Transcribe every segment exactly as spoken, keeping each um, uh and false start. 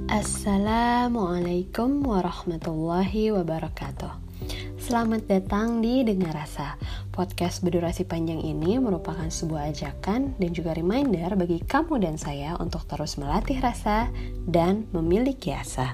Assalamualaikum warahmatullahi wabarakatuh. Selamat datang di Dengar Rasa. Podcast berdurasi panjang ini merupakan sebuah ajakan dan juga reminder bagi kamu dan saya untuk terus melatih rasa dan memiliki asa.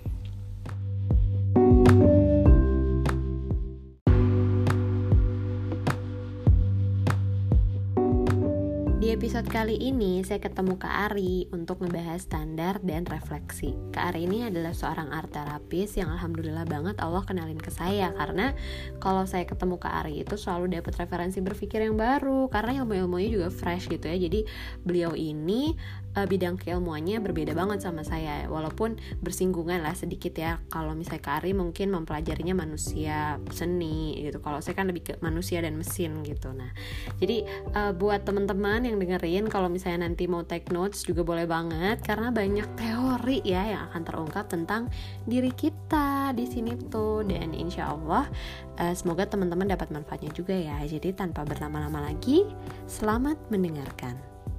Di episode kali ini saya ketemu Kak Ari untuk ngebahas standar dan refleksi. Kak Ari ini adalah seorang art terapis yang alhamdulillah banget Allah kenalin ke saya, karena kalau saya ketemu Kak Ari itu selalu dapat referensi berpikir yang baru, karena ilmu-ilmunya juga fresh gitu ya. Jadi beliau ini uh, bidang keilmuannya berbeda banget sama saya, walaupun bersinggungan lah sedikit ya. Kalau misalnya Kak Ari mungkin mempelajarinya manusia seni gitu, kalau saya kan lebih ke manusia dan mesin gitu. Nah jadi uh, buat teman-teman yang dengerin, kalau misalnya nanti mau take notes juga boleh banget, karena banyak teori ya yang akan terungkap tentang diri kita di sini tuh. Dan insya Allah uh, semoga teman-teman dapat manfaatnya juga ya. Jadi tanpa berlama-lama lagi, selamat mendengarkan.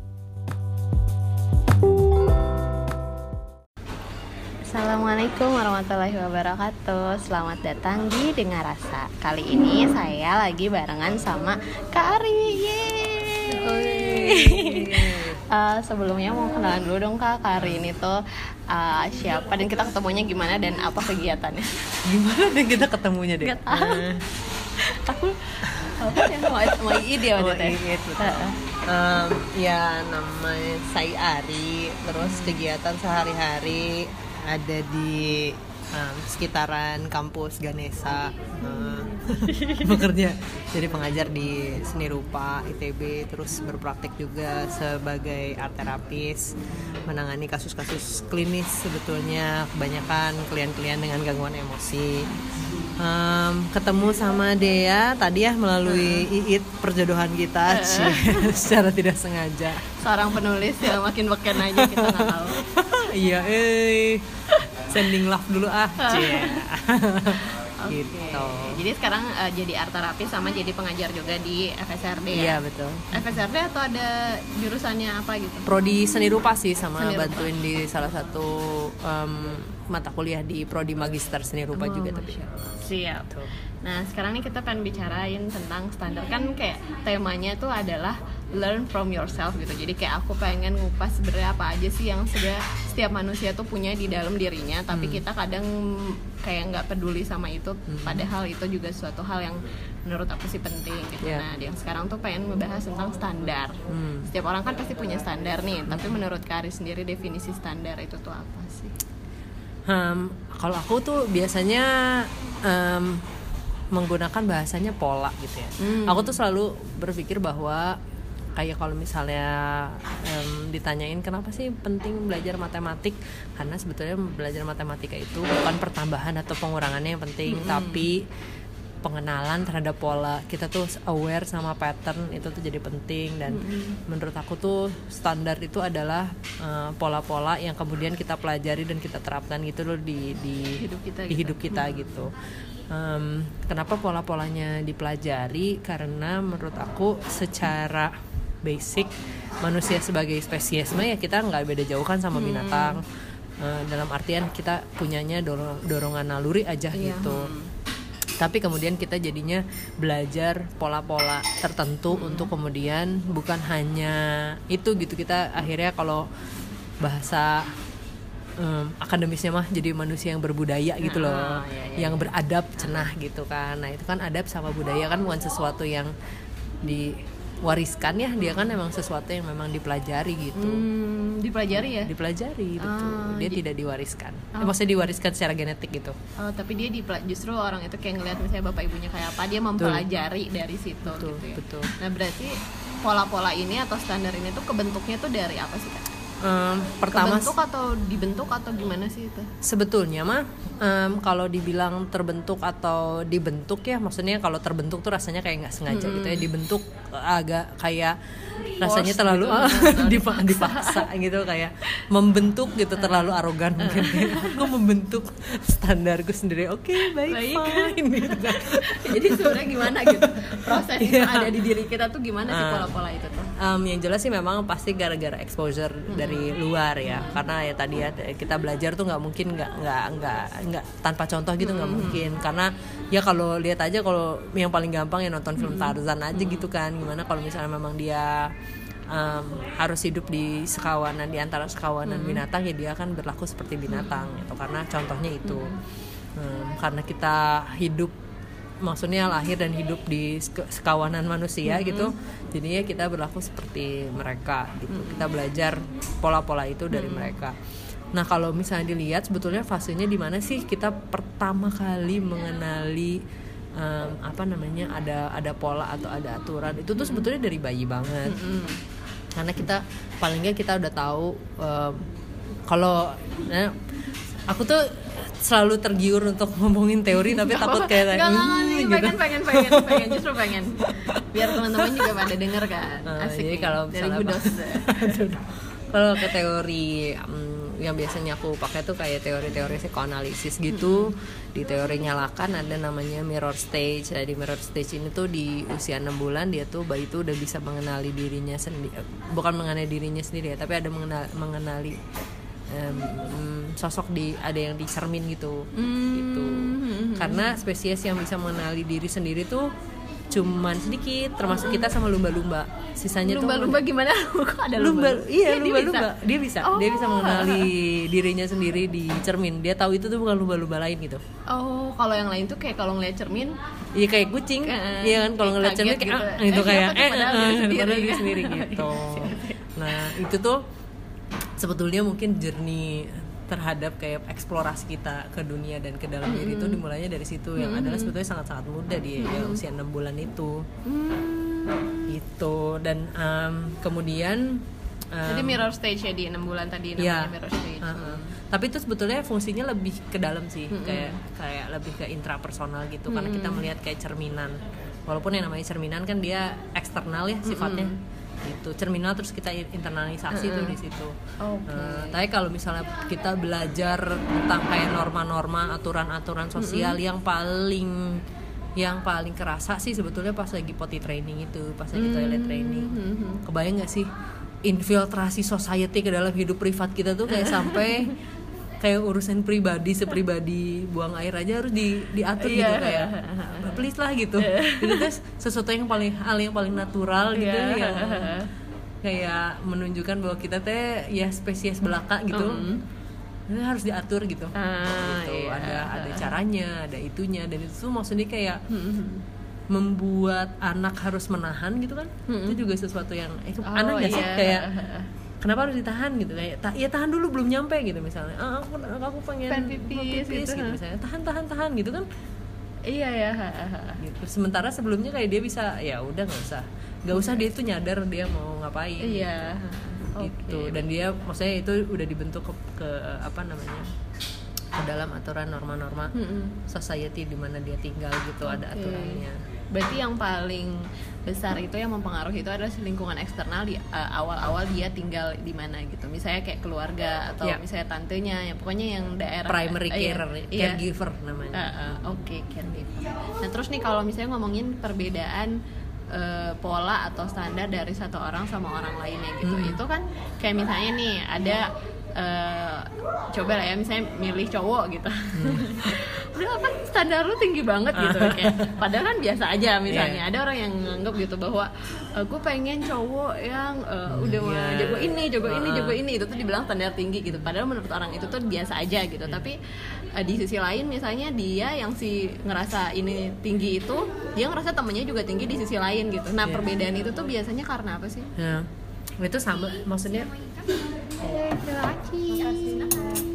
Assalamualaikum warahmatullahi wabarakatuh. Selamat datang di Dengar Rasa. Kali ini saya lagi barengan sama Kak Ari. Yeay. uh, Sebelumnya mau kenalan dulu dong Kak. Kak Ari ini tuh uh, siapa dan kita ketemunya gimana dan apa kegiatannya? Gimana deh kita ketemunya deh? Gak tahu. Uh. Aku apa ya, mau mau ide oh, waktu itu. Um, ya namanya saya Ari. Terus kegiatan sehari-hari ada di um, sekitaran kampus Ganesha. Uh, bekerja jadi pengajar di seni rupa I T B, terus berpraktik juga sebagai art terapis, menangani kasus-kasus klinis sebetulnya, kebanyakan klien-klien dengan gangguan emosi. Um, ketemu sama Dea tadi ya melalui I I T, perjodohan kita secara tidak sengaja. Seorang penulis yang makin beken aja, kita nggak tahu. Iya, eh sending love dulu ah. Okay. Gitu. Jadi sekarang uh, jadi art terapis sama jadi pengajar juga di F S R D ya? Iya betul. F S R D atau ada jurusannya apa gitu? Prodi seni rupa sih, sama seni bantuin rupa. Di salah satu um, mata kuliah di prodi magister seni rupa oh, juga tapi. Siap. Tuh. Nah sekarang nih kita pengen bicarain tentang standar, kan kayak temanya tuh adalah learn from yourself gitu. Jadi kayak aku pengen ngupas sebenarnya apa aja sih yang sebenarnya setiap manusia tuh punya di dalam dirinya, tapi hmm. kita kadang kayak nggak peduli sama itu, hmm. padahal itu juga suatu hal yang menurut aku sih penting gitu. Yeah. Nah yang sekarang tuh pengen membahas tentang standar. hmm. Setiap orang kan pasti punya standar nih, hmm. tapi menurut Kak Ari sendiri definisi standar itu tuh apa sih? Um, kalau aku tuh biasanya um, menggunakan bahasanya pola gitu ya. hmm. Aku tuh selalu berpikir bahwa kayak kalau misalnya um, ditanyain kenapa sih penting belajar matematik, karena sebetulnya belajar matematika itu bukan pertambahan atau pengurangannya yang penting, mm-hmm. tapi pengenalan terhadap pola. Kita tuh aware sama pattern itu tuh jadi penting. Dan mm-hmm. menurut aku tuh standar itu adalah uh, pola-pola yang kemudian kita pelajari dan kita terapkan gitu loh di di hidup kita, di gitu. hidup kita mm-hmm. gitu. Um, kenapa pola-polanya dipelajari? Karena menurut aku secara basic manusia sebagai spesies ya kita nggak beda jauh kan sama binatang. hmm. uh, dalam artian kita punyanya dorong, dorongan naluri aja iya. gitu. hmm. Tapi kemudian kita jadinya belajar pola-pola tertentu hmm. untuk kemudian bukan hanya itu gitu, kita akhirnya kalau bahasa um, akademisnya mah jadi manusia yang berbudaya gitu loh. nah, iya, iya, yang beradab cenah gitu kan. Nah itu kan adab sama budaya kan bukan sesuatu yang di wariskan ya, dia kan memang sesuatu yang memang dipelajari gitu. Hmm, dipelajari ya? Dipelajari, betul. Ah, dia j- tidak diwariskan. Oh. Eh, maksudnya diwariskan secara genetik gitu. Oh, tapi dia dipel- justru orang itu kayak ngelihat misalnya bapak ibunya kayak apa, dia mempelajari betul. Dari situ betul, gitu ya. Betul. Nah, berarti pola-pola ini atau standar ini tuh kebentuknya tuh dari apa sih, Kak? Um, pertama kebentuk atau dibentuk atau gimana sih itu? Sebetulnya mah um, kalau dibilang terbentuk atau dibentuk ya, maksudnya kalau terbentuk tuh rasanya kayak nggak sengaja hmm. gitu ya, dibentuk agak kayak rasanya Force terlalu gitu, ah, terlalu dipaksa, dipaksa gitu, kayak membentuk gitu, terlalu arogan mungkin. Gue membentuk standarku sendiri, oke okay, baik, Baik. fine gitu kan. Jadi sebenarnya gimana gitu proses itu Iya. ada di diri kita tuh gimana sih Ah. pola-pola itu tuh? Um, yang jelas sih memang pasti gara-gara exposure dari luar ya, karena ya tadi ya kita belajar tuh nggak mungkin nggak nggak nggak nggak tanpa contoh gitu, nggak mungkin, karena ya kalau lihat aja, kalau yang paling gampang ya nonton film Tarzan aja gitu kan, gimana kalau misalnya memang dia um, harus hidup di sekawanan, di antara sekawanan binatang, ya dia akan berlaku seperti binatang gitu, karena contohnya itu. Um, karena kita hidup, maksudnya lahir dan hidup di sekawanan manusia mm-hmm. gitu, jadinya kita berlaku seperti mereka gitu, mm-hmm. kita belajar pola-pola itu dari mm-hmm. mereka. Nah kalau misalnya dilihat sebetulnya fasenya di mana sih kita pertama kali mengenali um, apa namanya ada ada pola atau ada aturan itu tuh mm-hmm. sebetulnya dari bayi banget, mm-hmm. karena kita paling nggak kita udah tahu um, kalau nah, aku tuh selalu tergiur untuk ngomongin teori tapi takut kayak nggak nggak hmm, gitu. pengen pengen pengen pengen justru pengen biar teman-teman juga pada denger kan, asik uh, jadi nih kalau dari Budos. Kalau ke teori um, yang biasanya aku pakai tuh kayak teori-teori psikoanalisis gitu. Mm-hmm. Di teorinya Lacan ada namanya mirror stage. Nah, di mirror stage ini tuh di usia enam bulan dia tuh bayi tuh udah bisa mengenali dirinya sendiri, bukan mengenali dirinya sendiri ya, tapi ada mengenali, mengenali Um, sosok di ada yang di cermin gitu, mm-hmm. gitu. Karena spesies yang bisa mengenali diri sendiri tuh cuman sedikit, termasuk kita sama lumba-lumba. Sisanya lumba-lumba tuh gimana? Kok ada lumba? lumba? Iya, dia lumba-lumba. Dia bisa, oh. dia bisa mengenali dirinya sendiri di cermin. Dia tahu itu tuh bukan lumba-lumba lain gitu. Oh, kalau yang lain tuh kayak kalau ngeliat cermin, iya kayak kucing. Uh, iya kan, kalau ngeliat cermin gitu. kayak ah, itu eh, kayak eh padahal eh, diri padahal diri kan? sendiri gitu. Nah, itu tuh sebetulnya mungkin journey terhadap kayak eksplorasi kita ke dunia dan ke dalam mm-hmm. diri itu dimulainya dari situ, yang mm-hmm. adalah sebetulnya sangat-sangat muda dia mm-hmm. ya usia enam bulan itu mm-hmm. gitu. Dan um, kemudian um, jadi mirror stage ya di enam bulan tadi namanya ya, mirror stage. Uh-huh. Tapi itu sebetulnya fungsinya lebih ke dalam sih, mm-hmm. kayak kayak lebih ke intrapersonal gitu, mm-hmm. karena kita melihat kayak cerminan. Walaupun yang namanya cerminan kan dia eksternal ya sifatnya. Mm-hmm. Itu cerminal, terus kita internalisasi mm-hmm. tuh di situ. Okay. Uh, tapi kalau misalnya kita belajar tentang kayak norma-norma, aturan-aturan sosial mm-hmm. yang paling yang paling kerasa sih sebetulnya pas lagi potty training itu, pas lagi mm-hmm. toilet training. Mm-hmm. Kebayang nggak sih infiltrasi society ke dalam hidup privat kita tuh kayak sampai kayak urusan pribadi sepribadi buang air aja harus di diatur gitu, kayak please lah gitu. Itu tuh sesuatu yang paling hal yang paling natural gitu, yang kayak menunjukkan bahwa kita teh ya spesies belaka gitu. Mm. Itu harus diatur gitu. Ah, gitu. Iya. Ada ada caranya, ada itunya, dan itu tuh maksudnya kayak mm-hmm. membuat anak harus menahan gitu kan. Mm-hmm. Itu juga sesuatu yang eh, oh, anak nggak iya. sih kayak kenapa harus ditahan gitu, kayak ta- ya tahan dulu belum nyampe gitu misalnya, ah, aku aku pengen pipis, pipis gitu, gitu misalnya, tahan tahan tahan gitu kan. Iya ya. Gitu. Sementara sebelumnya kayak dia bisa ya udah nggak usah nggak usah dia itu nyadar dia mau ngapain. Iya. Gitu. Okay. Dan dia maksudnya itu udah dibentuk ke, ke apa namanya ke dalam aturan norma-norma mm-hmm. society di mana dia tinggal gitu, okay. ada aturannya. Berarti yang paling besar itu yang mempengaruhi itu adalah lingkungan eksternal di uh, awal-awal dia tinggal di mana gitu. Misalnya kayak keluarga atau yeah. misalnya tantenya, ya pokoknya yang daerah primary uh, care, iya, caregiver iya. namanya. Uh, uh, Oke, okay, caregiver. Nah terus nih kalau misalnya ngomongin perbedaan uh, pola atau standar dari satu orang sama orang lainnya gitu, hmm. itu kan kayak misalnya nih ada Uh, coba lah ya misalnya milih cowok gitu, hmm. udah apa standar lu tinggi banget gitu kayak padahal kan biasa aja misalnya yeah. ada orang yang nganggap gitu bahwa uh, gue pengen cowok yang uh, udah yeah. jago ini jago uh. ini jago ini, itu tuh dibilang standar tinggi gitu, padahal menurut orang itu tuh biasa aja gitu. yeah. Tapi uh, di sisi lain misalnya dia yang si ngerasa ini tinggi itu dia ngerasa temennya juga tinggi di sisi lain gitu. Nah yeah. perbedaan itu tuh biasanya karena apa sih? Yeah. Itu sama maksudnya terima kasih.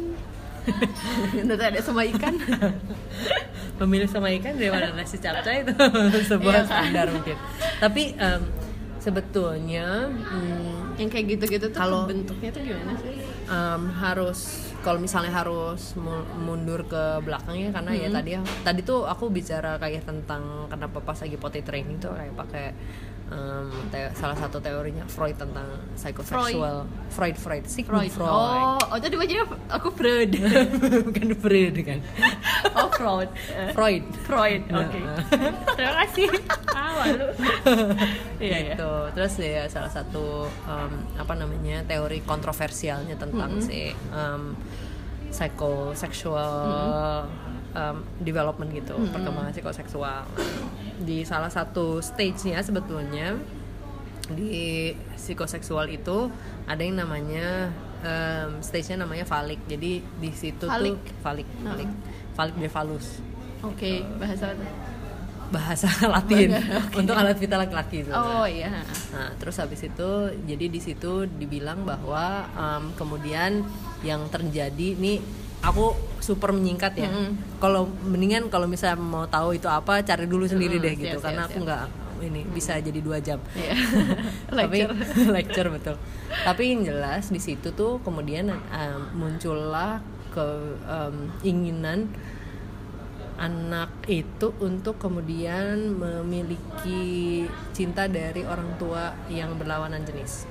Nanti ada sama ikan. Memilih sama ikan daripada nasi capcay itu sebuah standar mungkin. Tapi um, sebetulnya um, yang kayak gitu-gitu tuh kalau bentuknya tuh gimana sih? Um, harus kalau misalnya harus mundur ke belakangnya karena mm-hmm. ya tadi tadi tuh aku bicara kayak tentang kenapa pas lagi potty training tuh kayak pakai um, te- salah satu teorinya Freud tentang psychosexual. Freud Freud Sigmund Freud. Freud. Oh, oh tadi bacanya aku Freud. Bukan Freud kan. Oh, Freud. Eh, Freud. Freud. Nah, Oke. uh. Terima kasih. Ah, malu. Iya, iya. Gitu. Terus ya salah satu um, apa namanya teori kontroversialnya tentang Mm-hmm. si um, psychosexual mm-hmm. um, development gitu, mm-hmm. perkembangan psikoseksual. Di salah satu stage-nya sebetulnya di psikoseksual itu ada yang namanya um, stage-nya namanya falik. Jadi di situ Falik. tuh falik, falik, falik de phallus. Oke, bahasa apa? Bahasa Latin Okay. untuk alat vital laki-laki itu. Oh iya. Nah, terus habis itu jadi di situ dibilang bahwa um, kemudian yang terjadi nih aku super menyingkat ya. Mm-hmm. Kalau mendingan kalau misalnya mau tahu itu apa cari dulu sendiri Mm-hmm. deh gitu Siap, karena siap, aku siap. nggak ini bisa jadi dua jam. Iya. Tapi Lecture. lecture betul. Tapi yang jelas di situ tuh kemudian um, muncullah keinginan anak itu untuk kemudian memiliki cinta dari orang tua yang berlawanan jenis.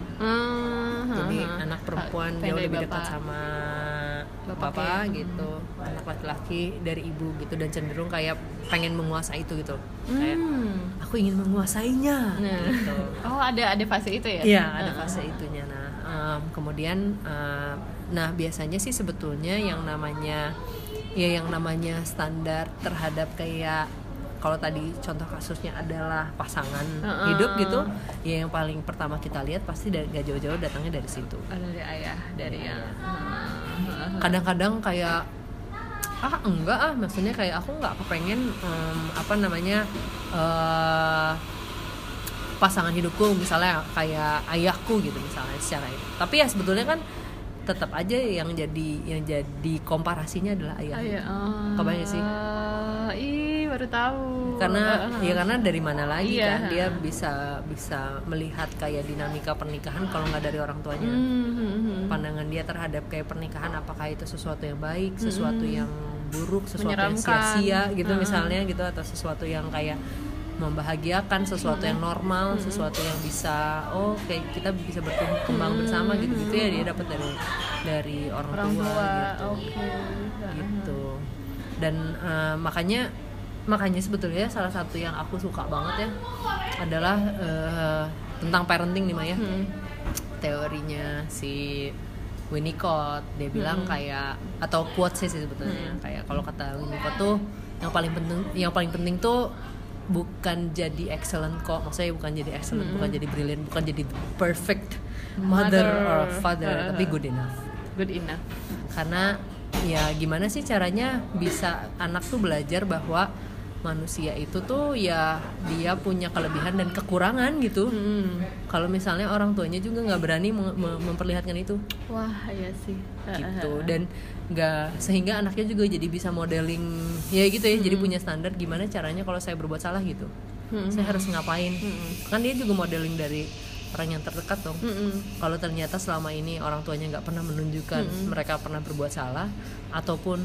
Hmm, Jadi hmm, hmm. anak perempuan Pengen jauh dari lebih bapak. dekat sama Bapaknya. bapak gitu, anak laki-laki dari ibu gitu dan cenderung kayak pengen menguasai itu gitu. Kayak Hmm. aku ingin menguasainya Nah. gitu. Oh, ada ada fase itu ya? Iya, ada Uh-uh. fase itunya. Nah, um, kemudian uh, nah biasanya sih sebetulnya yang namanya ya yang namanya standar terhadap kayak kalau tadi contoh kasusnya adalah pasangan Uh-uh. hidup gitu, ya yang paling pertama kita lihat pasti dari gak jauh-jauh datangnya dari situ. Oh, dari ayah, dari yang Kadang-kadang kayak ah enggak ah, maksudnya kayak aku nggak kepengen um, apa namanya uh, pasangan hidupku misalnya kayak ayahku gitu misalnya secara itu. Tapi ya sebetulnya kan tetap aja yang jadi yang jadi komparasinya adalah ayah. ayah. Oh. Kebayang sih? Ih, baru tahu. Karena Uh-uh. ya karena dari mana lagi Iya. kan dia bisa bisa melihat kayak dinamika pernikahan kalau nggak dari orang tuanya. Hmm. Pandangan dia terhadap kayak pernikahan apakah itu sesuatu yang baik, sesuatu yang buruk, sesuatu yang Menyeramkan. sia-sia gitu Uh-uh. misalnya gitu atau sesuatu yang kayak membahagiakan, sesuatu yang normal, sesuatu yang bisa oh kayak kita bisa berkembang bersama gitu-gitu ya dia dapat dari dari orang, Orang tua, tua. gitu. Oke. Gitu. Dan uh, makanya makanya sebetulnya salah satu yang aku suka banget ya adalah uh, tentang parenting nih Maya. Hmm. Teorinya si Winnicott dia bilang Hmm. kayak atau quote sih sebetulnya Hmm. kayak kalau kata Winnicott tuh yang paling penting yang paling penting tuh bukan jadi excellent kok, maksudnya bukan jadi excellent, Hmm. bukan jadi brilliant, bukan jadi perfect mother, Mother. or father, Uh. tapi good enough. Good enough. Karena ya gimana sih caranya bisa anak tuh belajar bahwa manusia itu tuh ya dia punya kelebihan dan kekurangan gitu. Hmm. Kalau misalnya orang tuanya juga nggak berani mem- mem- memperlihatkan itu Wah, iya sih. gitu, dan nggak sehingga anaknya juga jadi bisa modeling ya gitu ya, jadi punya standar gimana caranya kalau saya berbuat salah gitu, Hmm. saya harus ngapain. Hmm. Kan dia juga modeling dari orang yang terdekat dong. Hmm. Kalau ternyata selama ini orang tuanya nggak pernah menunjukkan Mm-mm. mereka pernah berbuat salah ataupun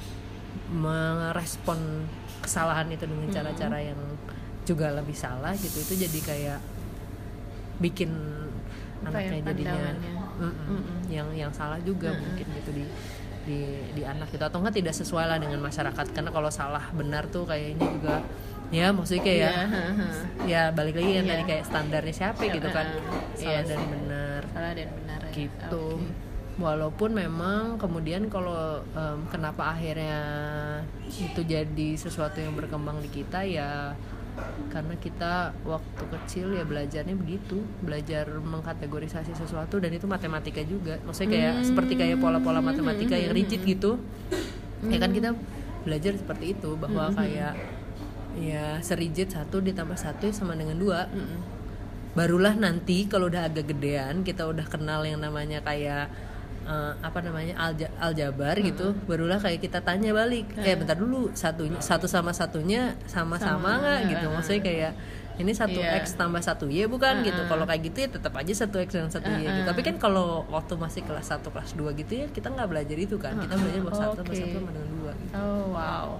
merespon kesalahan itu dengan Mm-mm. cara-cara yang juga lebih salah gitu, itu jadi kayak bikin Apa ya, anaknya jadinya pandangannya. mm-mm, Mm-mm. yang yang salah juga Mm-mm. mungkin gitu di di di anak gitu, atau enggak tidak sesuai lah dengan masyarakat, karena kalau salah benar tuh kayaknya juga ya maksudnya kayak Iya, ha-ha. ya balik lagi kan Iya. tadi kayak standarnya siapa gitu kan, Iya salah dan sih. benar Salah dan benar ya. gitu. Oke. Walaupun memang kemudian kalau em, kenapa akhirnya itu jadi sesuatu yang berkembang di kita ya karena kita waktu kecil ya belajarnya begitu, belajar mengkategorisasi sesuatu, dan itu matematika juga, maksudnya kayak Hmm. seperti kayak pola-pola matematika yang rigid gitu. Ya kan Hmm. kita belajar seperti itu bahwa Hmm. kayak ya serigid satu ditambah satu sama dengan dua. Mm-mm. Barulah nanti kalau udah agak gedean kita udah kenal yang namanya kayak eh, apa namanya alja, aljabar gitu, barulah kayak kita tanya balik, eh bentar dulu, satunya satu sama satunya sama-sama Sama, nggak gitu, uh, maksudnya kayak ini satu iya. x tambah satu y bukan Uh, gitu. uh. Kalau kayak gitu ya tetap aja satu x dan satu y Uh, gitu. uh. Tapi kan kalau waktu masih kelas satu kelas dua gitu ya kita nggak belajar itu kan, kita belajar bahwa satu tambah Oke. satu sama dengan dua gitu. Oh wow.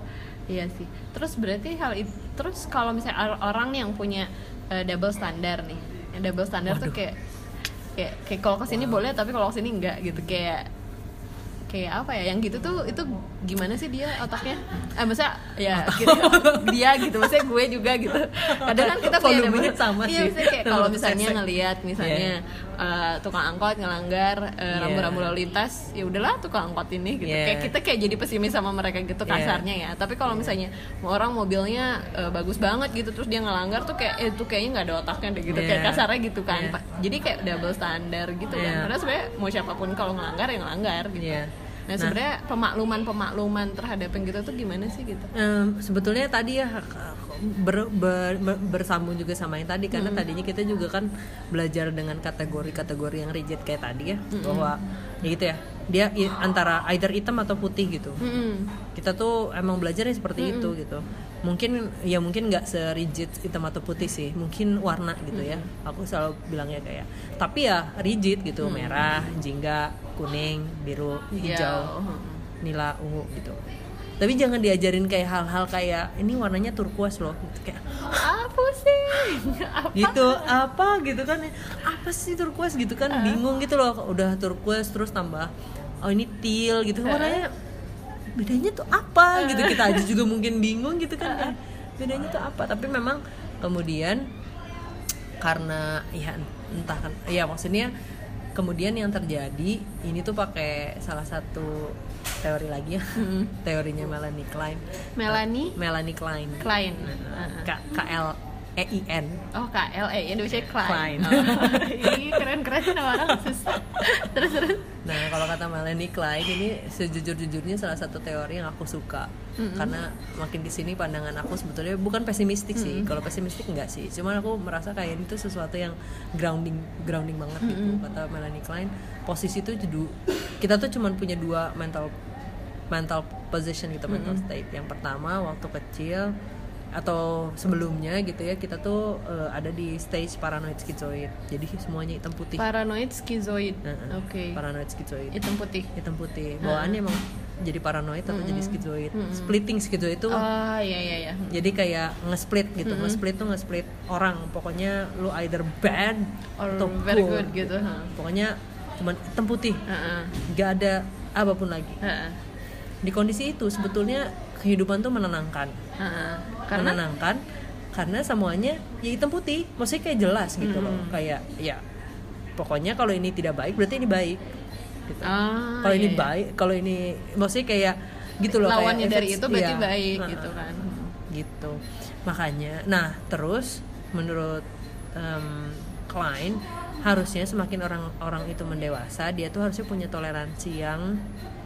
Iya sih. Terus berarti hal itu, terus kalau misalnya orang nih yang punya uh, double standar nih, yang double standar tuh kayak kayak, kayak kalau kesini wow. boleh tapi kalau kesini enggak gitu, kayak kayak apa ya, yang gitu tuh itu gimana sih dia otaknya? Eh masa ya gitu, dia gitu, maksudnya gue juga gitu. Kadang kan kita punya double sama iya, sih. Misalnya kayak kalau misalnya ngelihat misalnya yeah. uh, tukang angkot ngelanggar uh, yeah. rambu-rambu lalu lintas, ya udahlah tukang angkot ini gitu. Yeah. Kayak kita kayak jadi pesimis sama mereka gitu kasarnya yeah. ya. Tapi kalau misalnya orang mobilnya uh, bagus banget gitu terus dia ngelanggar tuh kayak eh, itu kayaknya nggak ada otaknya deh gitu. Yeah. Kayak kasarnya gitu kan. Yeah. Jadi kayak double standar gitu yeah. kan. Karena sebenarnya mau siapapun kalau ngelanggar ya ngelanggar gitu. Yeah. Nah sebenarnya nah, pemakluman-pemakluman terhadap yang gitu tuh gimana sih gitu? Um, sebetulnya tadi ya ber, ber, ber, bersambung juga sama yang tadi karena mm-hmm. tadinya kita juga kan belajar dengan kategori-kategori yang rigid kayak tadi ya mm-hmm. bahwa ya gitu ya dia antara either hitam atau putih gitu. Mm-hmm. Kita tuh emang belajarnya seperti mm-hmm. itu gitu. Mungkin ya mungkin nggak serigid hitam atau putih sih, mungkin warna gitu mm-hmm. ya. Aku selalu bilangnya kayak, tapi ya rigid gitu, mm-hmm. merah, jingga, kuning, biru, hijau, yeah. nila, ungu gitu. Tapi jangan diajarin kayak hal-hal kayak ini warnanya turquoise loh, kayak apa sih? Apa? Gitu apa gitu kan? Apa sih turquoise gitu kan? Bingung gitu loh. Udah turquoise terus tambah oh ini teal gitu, warnanya bedanya tuh apa gitu, kita aja juga mungkin bingung gitu kan, bedanya tuh apa. Tapi memang kemudian karena ya entah kan ya maksudnya kemudian yang terjadi ini tuh pakai salah satu teori lagi ya, mm-hmm. teorinya Melanie Klein. Melanie Melanie Klein Klein K K L E I N. Oh K L E Indonesia Klein. Klein. Oh. Ini keren-keren nama orang susah. Terus terus. Nah kalau kata Melanie Klein ini sejujur-jujurnya salah satu teori yang aku suka, mm-hmm. karena makin di sini pandangan aku sebetulnya bukan pesimistik sih. Mm-hmm. Kalau pesimistik enggak sih, cuman aku merasa kayak itu sesuatu yang grounding grounding banget mm-hmm. gitu. Kata Melanie Klein, posisi itu jadi kita tuh cuman punya dua mental mental position gitu, mm-hmm. mental state. Yang pertama waktu kecil atau sebelumnya gitu ya, kita tuh uh, ada di stage paranoid skizoid. Jadi semuanya hitam putih. Paranoid skizoid. Uh-uh. Oke. Okay. Paranoid skizoid. Hitam putih. Hitam putih. Bawaannya uh-huh. emang jadi paranoid atau mm-hmm. jadi skizoid. Mm-hmm. Splitting skizoid itu. Oh iya iya iya. Jadi kayak nge-split gitu. Mm-hmm. Nge-split tuh nge-split orang. Pokoknya lu either bad or atau very good, good gitu. Huh? Pokoknya cuman hitam putih. Uh-uh. Gak ada apapun lagi. Uh-uh. Di kondisi itu sebetulnya kehidupan tuh menenangkan. Uh-uh. Karena menenangkan karena semuanya ya hitam putih, maksudnya kayak jelas gitu mm-hmm. loh, kayak ya pokoknya kalau ini tidak baik berarti ini baik gitu. Ah, kalau iya, ini iya. baik, kalau ini maksudnya kayak gitu loh, lawannya kayak dari itu berarti ya, baik nah, gitu kan gitu. Makanya nah terus menurut um, Klein harusnya semakin orang-orang itu mendewasa, dia tuh harusnya punya toleransi yang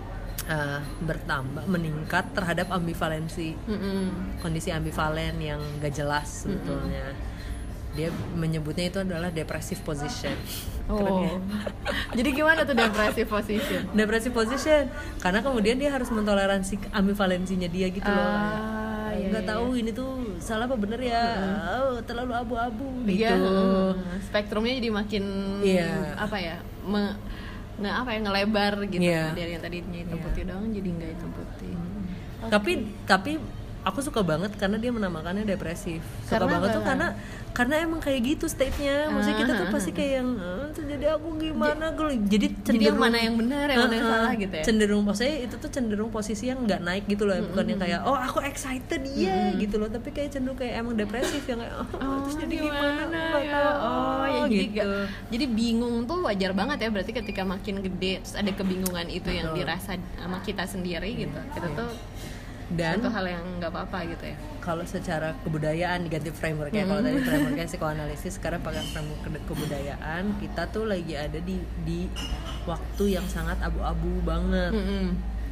Uh, bertambah, meningkat terhadap ambivalensi, mm-hmm. kondisi ambivalen yang gak jelas sebetulnya. Mm-hmm. Dia menyebutnya itu adalah depressive position. Oh. Ya? Jadi gimana tuh depressive position? Depressive position karena kemudian dia harus mentoleransi ambivalensinya dia gitu loh. Ah, iya, nggak iya. tahu ini tuh salah apa bener ya, mm-hmm. oh, terlalu abu-abu gitu. Iya, spektrumnya jadi makin yeah. apa ya? Me- nggak apa ya ngelebar gitu yeah. dari yang tadinya hitam yeah. putih doang jadi nggak hitam putih. Hmm. Okay. Tapi tapi aku suka banget karena dia menamakannya depresif. Suka karena banget tuh karena karena emang kayak gitu state-nya. Maksudnya kita tuh pasti kayak yang ah, jadi aku gimana gue jadi cenderung jadi yang mana yang benar yang mana yang uh, salah gitu ya. Cenderung maksudnya itu tuh cenderung posisi yang nggak naik gitu loh, mm-hmm. bukan yang kayak oh aku excited iya mm-hmm. gitu loh, tapi kayak cenderung kayak emang depresif yang kayak oh, oh terus jadi gimana, gimana ya oh ya gitu. jadi gak, jadi bingung tuh wajar banget ya berarti ketika makin gede terus ada kebingungan itu Betul. yang dirasa sama kita sendiri gitu. Kita yeah. tuh dan itu hal yang nggak apa-apa gitu ya. Kalau secara kebudayaan diganti framework ya. Mm-hmm. Kalau tadi frameworknya psikoanalisis, sekarang pakai framework kebudayaan. Kita tuh lagi ada di di waktu yang sangat abu-abu banget. Mm-hmm.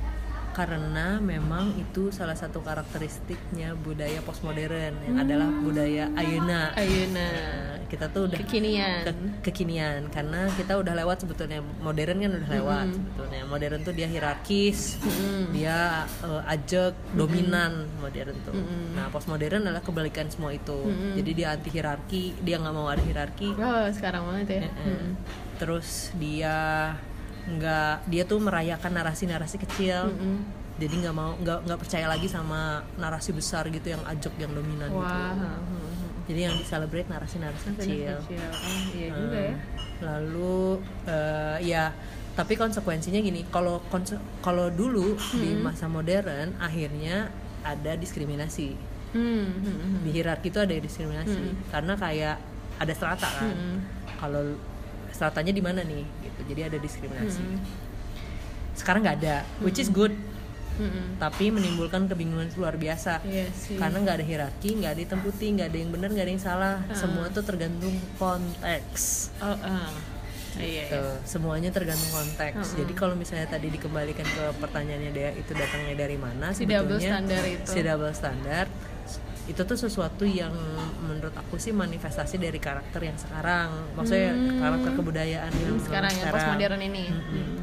Karena memang itu salah satu karakteristiknya budaya postmodern yang hmm. adalah budaya ayeuna. Ayeuna. Nah, kita tuh udah kekinian. Ke, kekinian karena kita udah lewat sebetulnya, modern kan udah lewat hmm. sebetulnya. Modern tuh dia hierarkis, hmm. dia uh, ajak, dominan hmm. modern tuh. Hmm. Nah, postmodern adalah kebalikan semua itu. Hmm. Jadi dia anti hierarki, dia nggak mau ada hierarki. Oh, sekarang banget ya. Hmm. Terus dia nggak, dia tuh merayakan narasi-narasi kecil, mm-hmm. Jadi nggak mau nggak nggak percaya lagi sama narasi besar gitu yang ajok yang dominan Wah. gitu. Jadi yang di-celebrate narasi-narasi kecil. kecil. Oh, iya juga ya. Lalu uh, ya tapi konsekuensinya gini, kalau konse- kalau dulu hmm. di masa modern akhirnya ada diskriminasi. Hmm. Hmm. Di hierarki itu ada diskriminasi hmm. karena kayak ada strata kan. Hmm. Kalau stratanya di mana nih gitu. Jadi ada diskriminasi. Hmm. Sekarang nggak ada, which is good. Mm-hmm. Tapi menimbulkan kebingungan luar biasa. Yes, yes. Karena nggak ada hierarki, nggak ada hitam putih, nggak ada yang benar, nggak ada yang salah. Uh-uh. Semua tuh tergantung konteks. Oh, uh. Iya, iya. Semuanya tergantung konteks. Uh-uh. Jadi kalau misalnya tadi dikembalikan ke pertanyaannya Dea, itu datangnya dari mana? Si double standar itu. Si double standar itu tuh sesuatu yang menurut aku sih manifestasi dari karakter yang sekarang. Maksudnya hmm. karakter kebudayaan yang sekarang, yang postmodern ini. Mm-hmm. Hmm.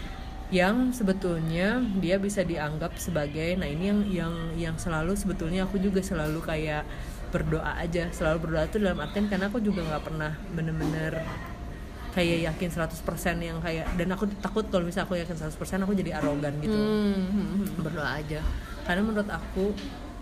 Yang sebetulnya dia bisa dianggap sebagai, nah ini yang yang yang selalu sebetulnya aku juga selalu kayak berdoa aja, selalu berdoa itu dalam artian karena aku juga nggak pernah bener-bener kayak yakin seratus persen yang kayak, dan aku takut kalau misalnya aku yakin seratus persen aku jadi arogan gitu. Hmm. Berdoa aja karena menurut aku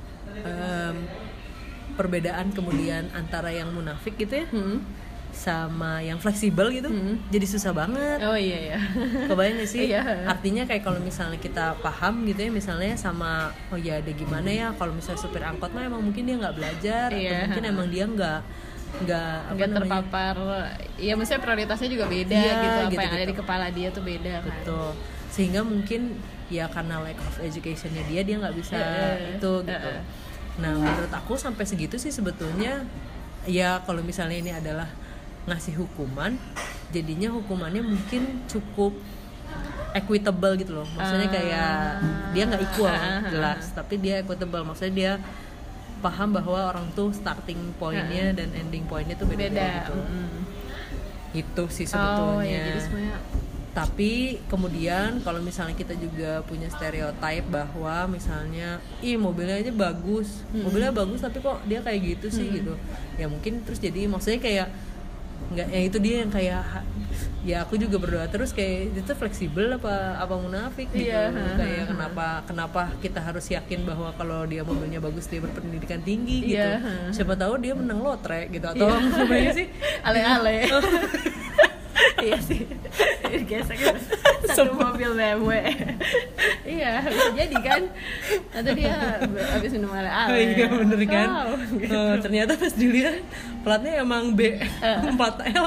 um, perbedaan kemudian antara yang munafik gitu ya hmm. sama yang fleksibel gitu hmm. jadi susah banget. Oh iya ya. Kebayang gak sih? Iya. Artinya kayak kalau misalnya kita paham gitu ya, misalnya sama oh ya ada gimana ya kalau misalnya supir angkot mah emang mungkin dia nggak belajar, iya. atau mungkin emang dia nggak nggak nggak terpapar. Iya, maksudnya prioritasnya juga beda iya, gitu. Apa gitu, yang gitu. Ada di kepala dia tuh beda kan. Betul. Sehingga mungkin ya karena lack of educationnya dia dia nggak bisa uh, itu gitu. Uh, uh. Nah menurut aku sampai segitu sih sebetulnya ya kalau misalnya ini adalah ngasih hukuman, jadinya hukumannya mungkin cukup equitable gitu loh. Maksudnya kayak uh, dia nggak equal uh, jelas, uh, tapi dia equitable. Maksudnya dia paham bahwa orang tuh starting pointnya uh, dan ending pointnya tuh beda-beda gitu. Mm. Itu sih sebetulnya. Oh, ya, jadi semuanya. Tapi kemudian kalau misalnya kita juga punya stereotype bahwa misalnya ih mobilnya aja bagus, hmm. mobilnya bagus tapi kok dia kayak gitu sih hmm. gitu. Ya mungkin terus jadi maksudnya kayak nggak, ya itu dia yang kayak ya aku juga berdoa terus kayak itu fleksibel apa apa munafik gitu. Yeah. Kayak kenapa kenapa kita harus yakin bahwa kalau dia mobilnya bagus dia berpendidikan tinggi gitu. Yeah. Siapa tahu dia menang lotre gitu atau yeah. sih ale-ale. Iya sih, gesek satu mobil B M W. Iya, bisa jadi kan. Atau dia habis minum ale-ale. Oh, iya bener kan. Oh, gitu. Oh, ternyata pas dilihat platnya emang B empat L.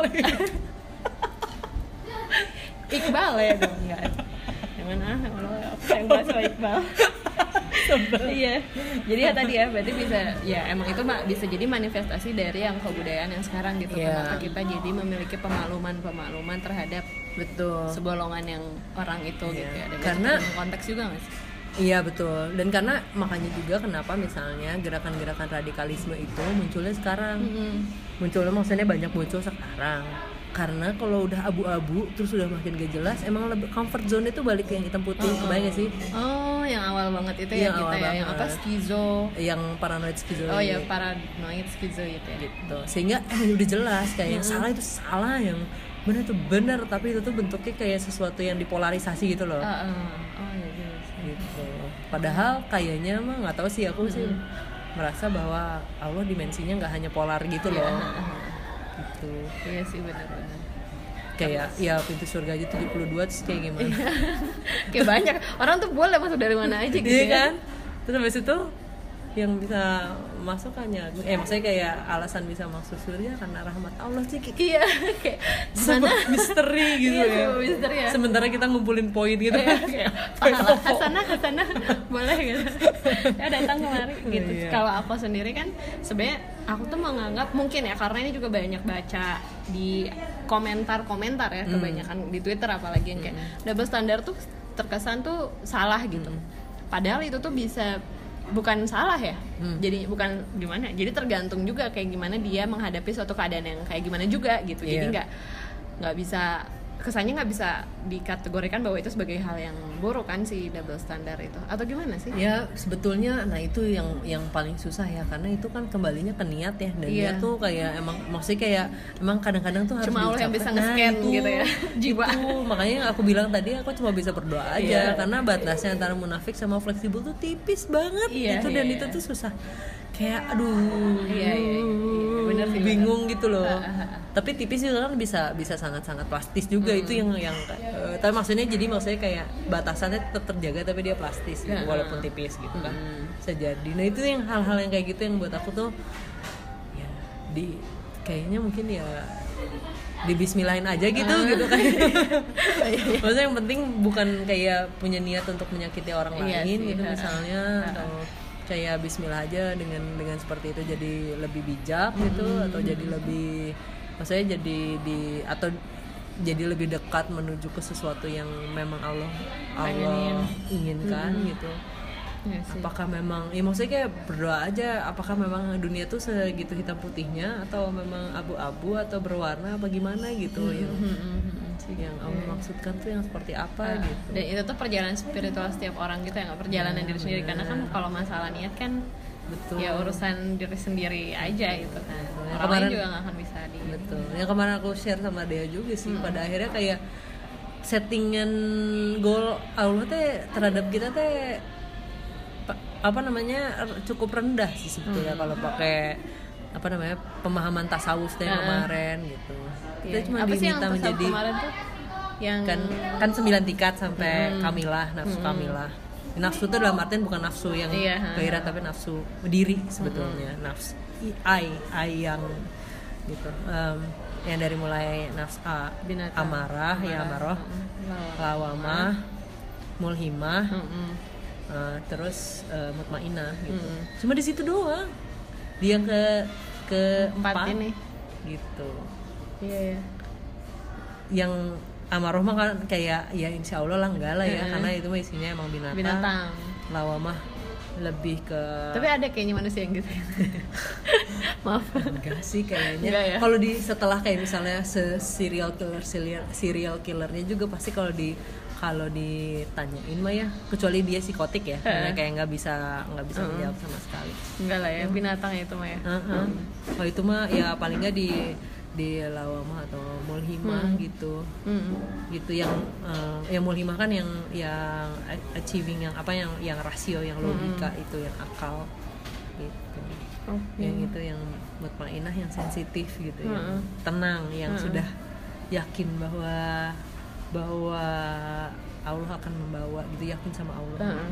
Iqbal ya dong, enggak. Yang mana? Kalau aku yang bahas sama Iqbal. Iya, jadi ya tadi ya berarti bisa ya emang itu bisa jadi manifestasi dari yang kebudayaan yang sekarang gitu. Yeah. Kenapa kita jadi memiliki pemakluman-pemakluman terhadap betul sebolongan yang orang itu yeah. gitu ya. Dan karena konteks juga nggak sih? Iya betul, dan karena makanya juga kenapa misalnya gerakan-gerakan radikalisme itu munculnya sekarang, mm-hmm. munculnya maksudnya banyak muncul sekarang. Karena kalau udah abu-abu terus udah makin gak jelas, emang lebih comfort zone itu balik ke yang hitam putih, oh. kebayang gak sih? Oh, yang awal banget itu yang ya kita ya, yang apa skizo, yang paranoid skizo. Oh ya, paranoid skizo gitu ya. Gitu. Sehingga eh udah jelas kayak hmm. yang salah itu salah, yang benar itu benar, tapi itu tuh bentuknya kayak sesuatu yang dipolarisasi gitu loh. Uh, uh. Oh iya jelas. Gitu. Padahal kayaknya mah nggak tahu sih aku hmm. sih merasa bahwa Allah dimensinya nggak hanya polar gitu loh. Yeah. Gitu. Iya sih benar-benar. Kayak ya pintu surga aja tujuh puluh dua terus kayak gimana? Kayak banyak orang tuh boleh masuk dari mana aja gitu. Iya kan? Terus habis itu yang bisa masuk hanya eh maksudnya kayak alasan bisa masuk surga karena rahmat Allah sih. Iya, kayak mana misteri gitu iya, ya. Misteri ya. Sementara kita ngumpulin poin gitu. Iya, kayak pahala hasanah hasanah boleh gitu. Ya datang kemari gitu. Iya. Kalau aku sendiri kan sebenarnya aku tuh menganggap mungkin ya karena ini juga banyak baca di komentar-komentar ya hmm. kebanyakan di Twitter apalagi yang kayak hmm. double standar tuh terkesan tuh salah gitu. Hmm. Padahal itu tuh bisa bukan salah ya, hmm. jadi bukan gimana, jadi tergantung juga kayak gimana dia menghadapi suatu keadaan yang kayak gimana juga gitu, yeah. Jadi nggak nggak bisa kesannya nggak bisa dikategorikan bahwa itu sebagai hal yang buruk kan si double standar itu, atau gimana sih? Ya sebetulnya nah itu yang yang paling susah ya, karena itu kan kembalinya ke niat ya, dan Iya. niat tuh kayak emang maksudnya kayak emang kadang-kadang tuh harus Cuma Allah yang bisa diucapkan. nge-scan itu, gitu ya, jiwa. itu makanya aku bilang tadi aku cuma bisa berdoa aja, Iya. karena batasnya antara munafik sama fleksibel tuh tipis banget. Iya, itu dan iya, itu iya. tuh susah, kayak aduh Iya, iya, iya. Bener sih, bingung gitu loh. Ah, ah, ah. Tapi tipis juga kan bisa bisa sangat-sangat plastis juga. Itu yang yang uh, tapi maksudnya jadi maksudnya kayak batasannya tetap terjaga tapi dia plastis gitu, Ya. walaupun tipis gitu kan. Mm. Bisa jadi. Nah itu yang hal-hal yang kayak gitu yang buat aku tuh ya di kayaknya mungkin ya di bismillahin aja gitu gitu kan. Maksudnya yang penting bukan kayak punya niat untuk menyakiti orang Iya lain sih, gitu ha. misalnya, Ha. atau kayak bismillah aja dengan dengan seperti itu jadi lebih bijak gitu, atau jadi lebih maksudnya jadi di atau jadi lebih dekat menuju ke sesuatu yang memang Allah Allah inginkan gitu. Iya sih. Apakah memang ya maksudnya kayak berdoa aja, apakah memang dunia tuh segitu hitam putihnya atau memang abu-abu atau berwarna apa gimana gitu yang yang Allah maksudkan tuh yang seperti apa Ah, gitu. dan itu tuh perjalanan spiritual setiap orang gitu ya, nggak perjalanan diri sendiri, karena kan kalau masalah niat kan Betul. ya urusan diri sendiri aja gitu kan. Betul. Orang Kemarin- lain juga nggak akan bisa di Betul. Yang kemarin aku share sama dia juga sih, pada akhirnya kayak settingan goal Allah teh terhadap kita teh pa- apa namanya r- cukup rendah sih sebetulnya kalau pakai apa namanya pemahaman tasawuf teh yang Ah. kemarin gitu. Kita Iya. cuma Apa sih yang diminta tasawuf menjadi kemarin tuh yang kan kan sembilan tingkat sampai kamilah, nafsu kamilah. Nafsu itu dalam artian bukan nafsu yang Iya, ha. gairah tapi nafsu diri sebetulnya. Nafsu I I yang gitu. Em, yang dari mulai nafsu a, Binatang. amarah, ya amarah, Lawa. lawamah, mulhimah, Mm-mm. eh, terus eh, mutmainah gitu. Mm-mm. Cuma di situ doang. Di yang ke Empat keempat ini. gitu. Iya ya. Yang amarah mah kan kayak ya insya Allah lah enggak lah ya, Mm-mm. karena itu mah isinya emang binatang. Binatang. Lawamah lebih ke Tapi ada kayaknya manusia yang gitu ya. Maaf. enggak sih kayaknya. Enggak ya? Kalau di setelah kayak misalnya se serial killer serial, serial killernya juga pasti kalau di kalau ditanyain mah ya, kecuali dia psikotik ya, karena kayak nggak bisa nggak bisa menjawab sama sekali. Enggak lah ya, binatang itu mah ya. Heeh. Kalau itu mah ya paling nggak di di lawamah atau mulhimah gitu. Mm-mm. Gitu yang uh, yang mulhimah kan yang yang achieving yang apa yang yang rasio, yang logika itu, yang akal gitu. Oke. Yang itu yang mutmainah, yang sensitif gitu, yang Mm-mm. tenang, yang Mm-mm. sudah yakin bahwa bahwa Allah akan membawa gitu, yakin sama Allah. Heeh.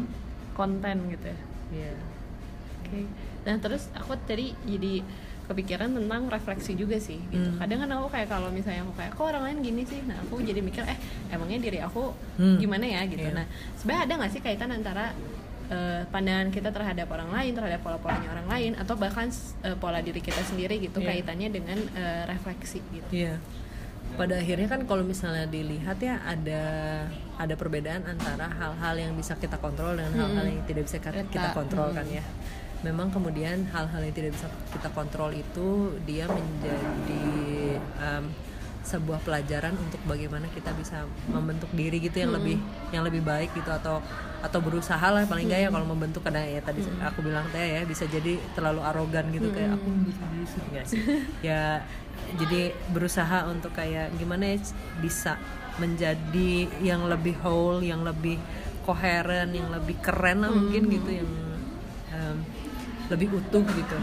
Konten gitu ya. Iya. Oke. Nah terus aku tadi jadi kepikiran tentang refleksi juga sih gitu. Hmm. Kadang kan aku kayak kalau misalnya aku kayak kok orang lain gini sih, nah aku jadi mikir eh emangnya diri aku Hmm. gimana ya gitu. Iya. Nah sebenarnya ada nggak sih kaitan antara eh, pandangan kita terhadap orang lain, terhadap pola-polanya orang lain, atau bahkan eh, pola diri kita sendiri gitu, Iya. kaitannya dengan eh, refleksi gitu. Iya. Pada akhirnya kan kalau misalnya dilihat ya ada ada perbedaan antara hal-hal yang bisa kita kontrol dengan hal-hal yang tidak bisa kita, kita kontrol kan ya. Memang kemudian hal-hal yang tidak bisa kita kontrol itu dia menjadi um, sebuah pelajaran untuk bagaimana kita bisa membentuk diri gitu yang lebih yang lebih baik gitu, atau atau berusaha lah paling nggak ya kalau membentuk, karena ya tadi aku bilang teh ya bisa jadi terlalu arogan gitu kayak aku bisa bisa nggak sih ya, jadi berusaha untuk kayak gimana ya bisa menjadi yang lebih whole, yang lebih koheren, yang lebih keren lah mungkin gitu, yang um, lebih utuh gitu.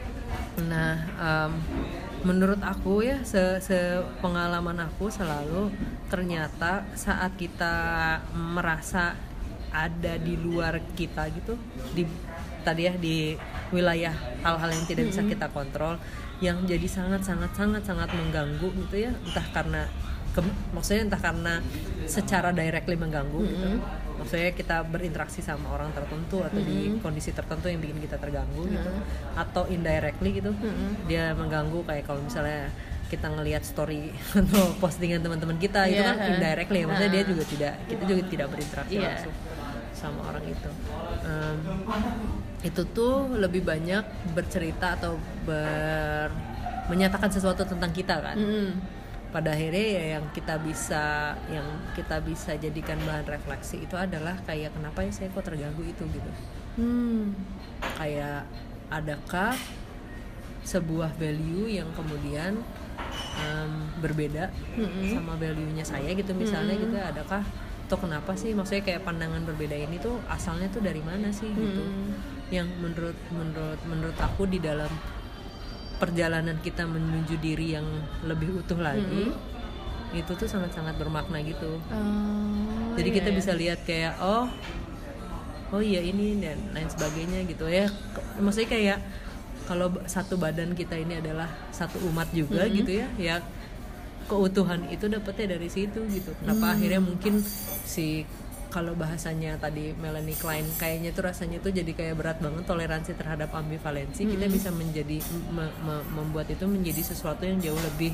Nah, um, menurut aku ya, se, se pengalaman aku selalu ternyata saat kita merasa ada di luar kita gitu, di tadi ya di wilayah hal-hal yang tidak bisa kita kontrol, yang jadi sangat sangat sangat sangat mengganggu gitu ya, entah karena ke, maksudnya entah karena secara directly mengganggu gitu. Maksudnya kita berinteraksi sama orang tertentu atau di kondisi tertentu yang bikin kita terganggu gitu, atau indirectly gitu dia mengganggu, kayak kalau misalnya kita ngelihat story atau postingan teman-teman kita itu Yeah. kan indirectly ya, maksudnya dia juga tidak, kita juga tidak berinteraksi Yeah. langsung sama orang itu. Um, itu tuh lebih banyak bercerita atau ber menyatakan sesuatu tentang kita kan. Mm-hmm. pada akhirnya ya yang kita bisa yang kita bisa jadikan bahan refleksi itu adalah kayak kenapa ya saya kok terganggu itu gitu. Hmm. Kayak adakah sebuah value yang kemudian um, berbeda mm-hmm. sama value-nya saya gitu misalnya mm-hmm. gitu, adakah atau kenapa sih, maksudnya kayak pandangan berbeda ini tuh asalnya tuh dari mana sih gitu. Mm-hmm. Yang menurut menurut menurut aku di dalam perjalanan kita menuju diri yang lebih utuh lagi mm-hmm. itu tuh sangat-sangat bermakna gitu. Oh, jadi iya, kita iya. bisa lihat kayak oh oh iya ini dan lain sebagainya gitu ya. Maksudnya kayak kalau satu badan kita ini adalah satu umat juga mm-hmm. gitu ya, ya keutuhan itu dapetnya dari situ gitu. Kenapa mm. akhirnya mungkin si kalau bahasanya tadi Melanie Klein kayaknya tuh rasanya tuh jadi kayak berat banget toleransi terhadap ambivalensi, mm-hmm. kita bisa menjadi me, me, membuat itu menjadi sesuatu yang jauh lebih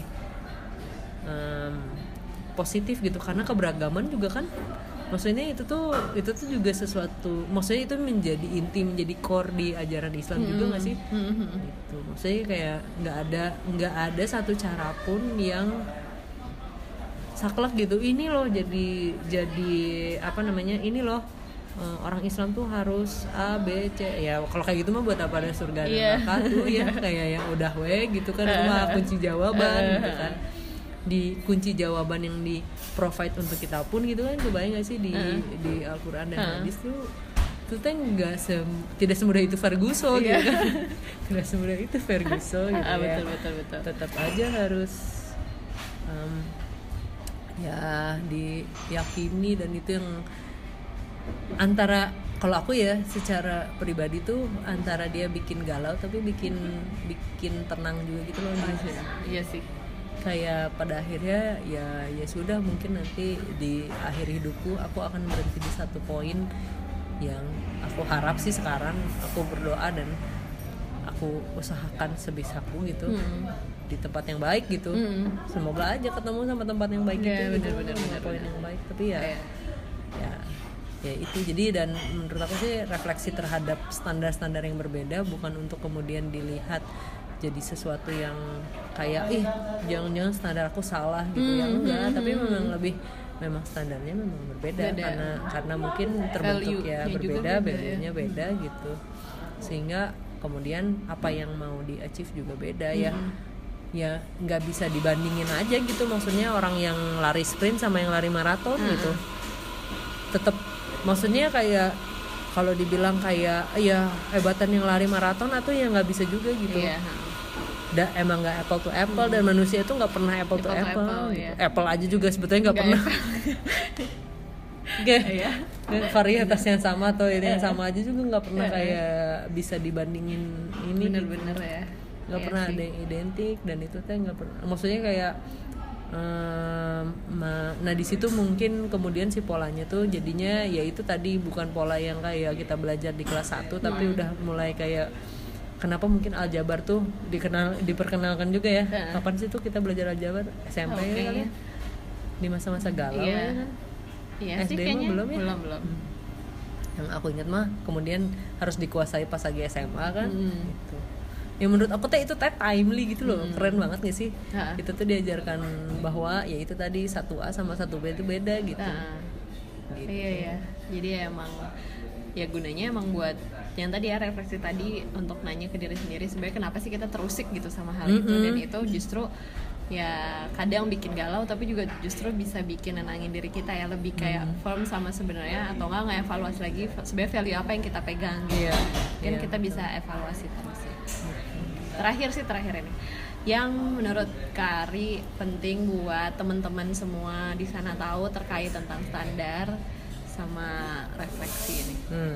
um, positif gitu, karena keberagaman juga kan. Maksudnya itu tuh itu tuh juga sesuatu, maksudnya itu menjadi inti, menjadi core di ajaran Islam mm-hmm. juga nggak sih? Mm-hmm. Gitu. Maksudnya kayak nggak ada nggak ada satu cara pun yang saklek gitu. Ini loh jadi jadi apa namanya? Ini loh uh, orang Islam tuh harus A B C. Ya kalau kayak gitu mah buat apa ada surga dan yeah. neraka tuh ya kayak yang udah we gitu kan, itu mah kunci jawaban gitu kan. Di kunci jawaban yang di provide untuk kita pun gitu kan, kebayang nggak sih di uh. di Al-Quran dan uh. hadis tuh itu tuh nggak sem- tidak semudah itu Ferguson yeah. gitu kan. Tidak semudah itu Ferguson gitu uh, ya. Betul betul betul. Tetap aja harus um, ya diyakini, dan itu yang antara kalau aku ya secara pribadi tuh antara dia bikin galau tapi bikin bikin tenang juga gitu loh. Iya sih. Kayak pada akhirnya ya ya sudah, mungkin nanti di akhir hidupku aku akan berhenti di satu poin yang aku harap sih sekarang aku berdoa dan aku usahakan sebisaku gitu hmm. di tempat yang baik gitu. Hmm. Semoga aja ketemu sama tempat yang baik yeah, itu gitu, bener-bener poin yang baik. Tapi ya yeah. ya ya itu jadi, dan menurut aku sih refleksi terhadap standar-standar yang berbeda bukan untuk kemudian dilihat jadi sesuatu yang kayak ih jangan-jangan standar aku salah gitu mm, ya enggak, mm, tapi memang lebih memang standarnya memang berbeda beda. karena karena mungkin terbentuk value, ya berbeda, value-nya beda, beda gitu, sehingga kemudian apa yang mau di achieve juga beda. mm. ya ya nggak bisa dibandingin aja gitu, maksudnya orang yang lari sprint sama yang lari maraton mm. gitu tetap, maksudnya kayak kalau dibilang kayak ya hebatan yang lari maraton atau ya nggak bisa juga gitu. yeah. Da, emang nggak apple to apple, hmm. dan manusia itu nggak pernah apple, apple to apple, apple, gitu. yeah. Apple aja juga sebetulnya nggak pernah Oke, yeah. varietas yang sama atau ini yang sama aja juga nggak pernah yeah. kayak bisa dibandingin ini. Bener-bener ya. Nggak yeah, pernah sih. Ada yang identik, dan itu teh nggak pernah. Maksudnya kayak um, nah di situ mungkin kemudian si polanya tuh jadinya ya itu tadi bukan pola yang kayak kita belajar di kelas satu, hmm. tapi udah mulai kayak kenapa mungkin aljabar tuh dikenal diperkenalkan juga ya. Uh. Kapan sih tuh kita belajar aljabar? S M P okay. kali ya? Di masa-masa galau yeah. ya kan? Iya S D sih kayaknya belum ya? Belum, belum. Hmm. Yang aku ingat mah kemudian harus dikuasai pas lagi S M A kan. Hmm. Gitu. Ya menurut aku teh itu teh timely gitu loh. Hmm. Keren banget gak sih? Uh. Itu tuh diajarkan bahwa ya itu tadi satu A sama satu B itu beda gitu. Uh. Gitu. Iya ya. Jadi ya emang ya gunanya emang buat yang tadi ya refleksi tadi untuk nanya ke diri sendiri sebenarnya kenapa sih kita terusik gitu sama hal mm-hmm. itu, dan itu justru ya kadang bikin galau tapi juga justru bisa bikin nenangin diri kita ya, lebih kayak mm. firm sama sebenarnya, atau enggak nge-evaluasi lagi sebenarnya value apa yang kita pegang gitu. Yeah. Kan yeah, kita betul. Bisa evaluasi terus ya. Terakhir sih terakhir ini yang menurut Kak Ari penting buat teman-teman semua di sana tahu terkait tentang standar sama refleksi ini. Hmm.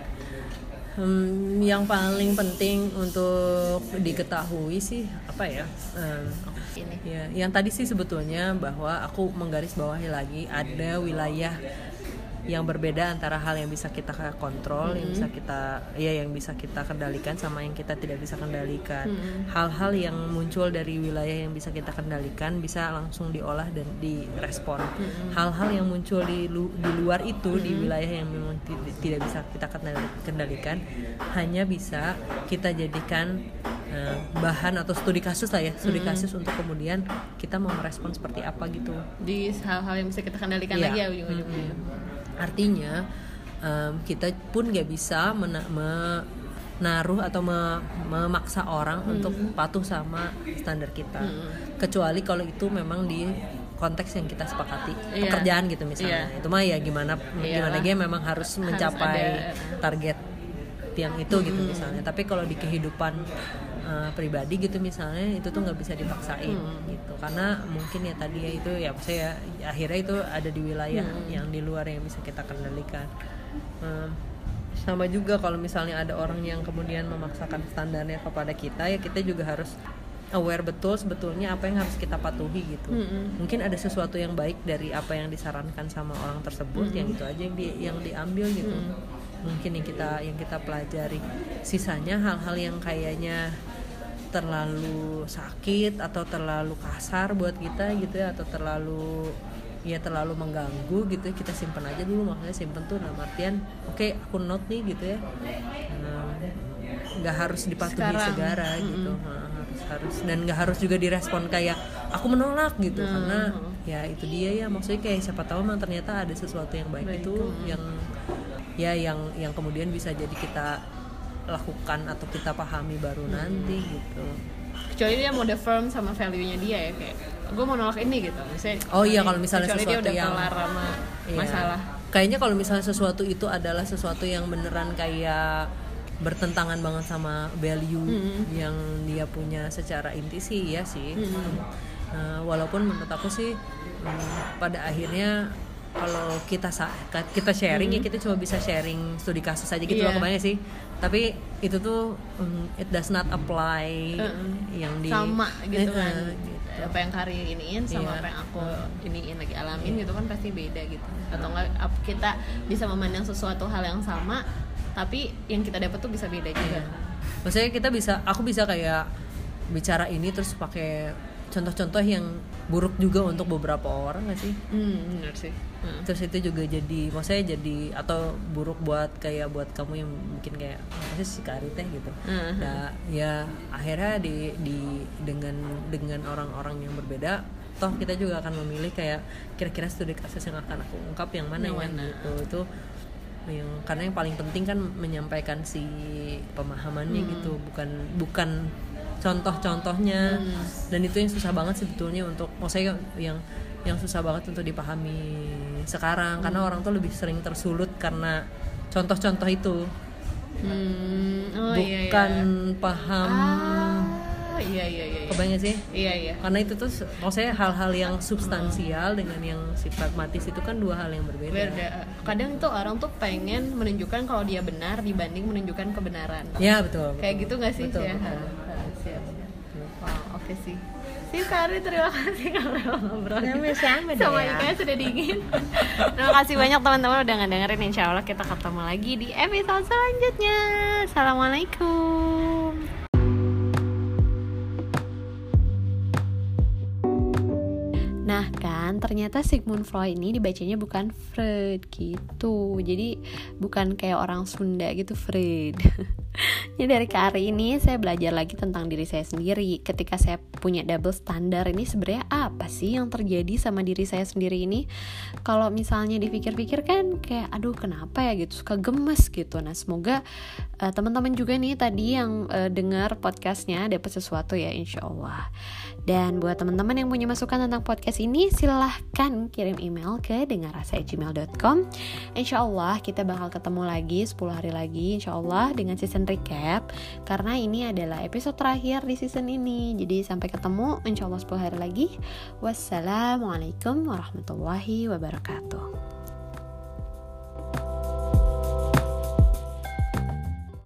Hmm, yang paling penting untuk diketahui sih apa ya? Um, ini. Ya, yang tadi sih sebetulnya bahwa aku menggarisbawahi lagi ada wilayah yang berbeda antara hal yang bisa kita kontrol, mm-hmm. yang bisa kita ya yang bisa kita kendalikan sama yang kita tidak bisa kendalikan. Mm-hmm. Hal-hal yang muncul dari wilayah yang bisa kita kendalikan bisa langsung diolah dan direspon. Mm-hmm. Hal-hal yang muncul di lu, di luar itu mm-hmm. di wilayah yang memang t- tidak bisa kita kendalikan hanya bisa kita jadikan uh, bahan atau studi kasus lah ya, studi mm-hmm. kasus untuk kemudian kita mau merespon seperti apa gitu di hal-hal yang bisa kita kendalikan yeah. lagi ya ujung-ujungnya. Mm-hmm. Artinya um, kita pun nggak bisa mena- me- naruh atau me- memaksa orang hmm. untuk patuh sama standar kita, hmm. kecuali kalau itu memang di konteks yang kita sepakati, yeah. pekerjaan gitu misalnya, yeah. itu mah ya gimana yeah. gimana dia memang harus mencapai harus target yang itu hmm. gitu misalnya. Tapi kalau di kehidupan uh, pribadi gitu misalnya, itu tuh nggak bisa dipaksain hmm. gitu, karena mungkin ya tadi ya itu ya saya ya, akhirnya itu ada di wilayah hmm. yang di luar yang bisa kita kendalikan. Um, Sama juga kalau misalnya ada orang yang kemudian memaksakan standarnya kepada kita, ya kita juga harus aware betul sebetulnya apa yang harus kita patuhi gitu. Mm-hmm. Mungkin ada sesuatu yang baik dari apa yang disarankan sama orang tersebut, mm-hmm. yang itu aja yang, di, yang diambil gitu. Mm-hmm. Mungkin yang kita yang kita pelajari. Sisanya hal-hal yang kayaknya terlalu sakit atau terlalu kasar buat kita gitu ya, atau terlalu ya terlalu mengganggu gitu, kita simpan aja dulu. Makanya simpan tuh dalam artian oke okay, aku note nih gitu ya, nggak nah, harus dipatuhi sekarang. Segara mm-hmm. gitu, nah, harus harus dan nggak harus juga direspon kayak aku menolak gitu, mm-hmm. karena ya itu dia ya, maksudnya kayak siapa tahu memang ternyata ada sesuatu yang baik, baik itu mm-hmm. yang ya yang yang kemudian bisa jadi kita lakukan atau kita pahami baru mm-hmm. nanti gitu. Kecuali dia mau firm sama value-nya dia ya, kayak gue mau nolak ini gitu misalnya. Oh iya, kalau misalnya kecuali sesuatu dia udah yang kelar sama iya. masalah. Kayaknya kalau misalnya sesuatu itu adalah sesuatu yang beneran kayak bertentangan banget sama value mm-hmm. yang dia punya secara inti sih ya sih. Mm-hmm. Nah, walaupun menurut aku sih hmm, pada akhirnya kalau kita kita sharing mm-hmm. ya kita cuma bisa sharing studi kasus aja gitu yeah. loh, kebayang sih. Tapi itu tuh um, it does not apply uh-uh. yang di sama gitu kan. Uh, gitu. Apa yang Kari iniin sama yeah. apa yang aku iniin lagi alamin yeah. gitu kan pasti beda gitu. Atau enggak kita bisa memandang sesuatu hal yang sama tapi yang kita dapat tuh bisa beda juga. Yeah. Maksudnya kita bisa, aku bisa kayak bicara ini terus pakai contoh-contoh yang buruk juga untuk beberapa orang nggak sih? Hmm, benar sih. Hmm. Terus itu juga jadi, maksudnya jadi atau buruk buat kayak buat kamu yang mungkin kayak apa sih si Kari teh gitu. Uh-huh. Nah, ya akhirnya di di dengan dengan orang-orang yang berbeda, toh kita juga akan memilih kayak kira-kira studi kasus yang akan aku ungkap yang mana yang ya gitu. Itu yang karena yang paling penting kan menyampaikan si pemahamannya hmm. gitu, bukan bukan contoh-contohnya hmm. dan itu yang susah banget sebetulnya untuk, maksudnya yang yang susah banget untuk dipahami sekarang hmm. karena orang tuh lebih sering tersulut karena contoh-contoh itu hmm. oh, bukan iya, iya. paham ah, iya iya iya kebayang sih iya iya karena itu tuh maksudnya hal-hal yang substansial hmm. dengan yang si pragmatis itu kan dua hal yang berbeda. Beda. Kadang tuh orang tuh pengen menunjukkan kalau dia benar dibanding menunjukkan kebenaran. Ya betul, betul. Kayak gitu nggak sih? Betul, ya betul. Siap, siap. Wow, oke okay sih. Si Kari, terima kasih kalau ngobrol sama sama Ika sudah dingin. Terima kasih banyak teman-teman udah ngedengerin. Insya Allah kita ketemu lagi di episode selanjutnya. Assalamualaikum. Nah kan ternyata Sigmund Freud ini dibacanya bukan Freud gitu. Jadi bukan kayak orang Sunda gitu Freud. Jadi dari Kari ini saya belajar lagi tentang diri saya sendiri. Ketika saya punya double standar ini sebenarnya apa sih yang terjadi sama diri saya sendiri ini? Kalau misalnya dipikir-pikir kan kayak aduh kenapa ya gitu, suka gemes gitu. Nah semoga uh, teman-teman juga nih tadi yang uh, dengar podcastnya dapat sesuatu ya insya Allah. Dan buat teman-teman yang punya masukan tentang podcast ini silahkan kirim email ke dengarrasa at gmail dot com. Insya Allah kita bakal ketemu lagi sepuluh hari lagi insya Allah dengan season recap, karena ini adalah episode terakhir di season ini. Jadi sampai ketemu insya Allah sepuluh hari lagi. Wassalamualaikum warahmatullahi wabarakatuh.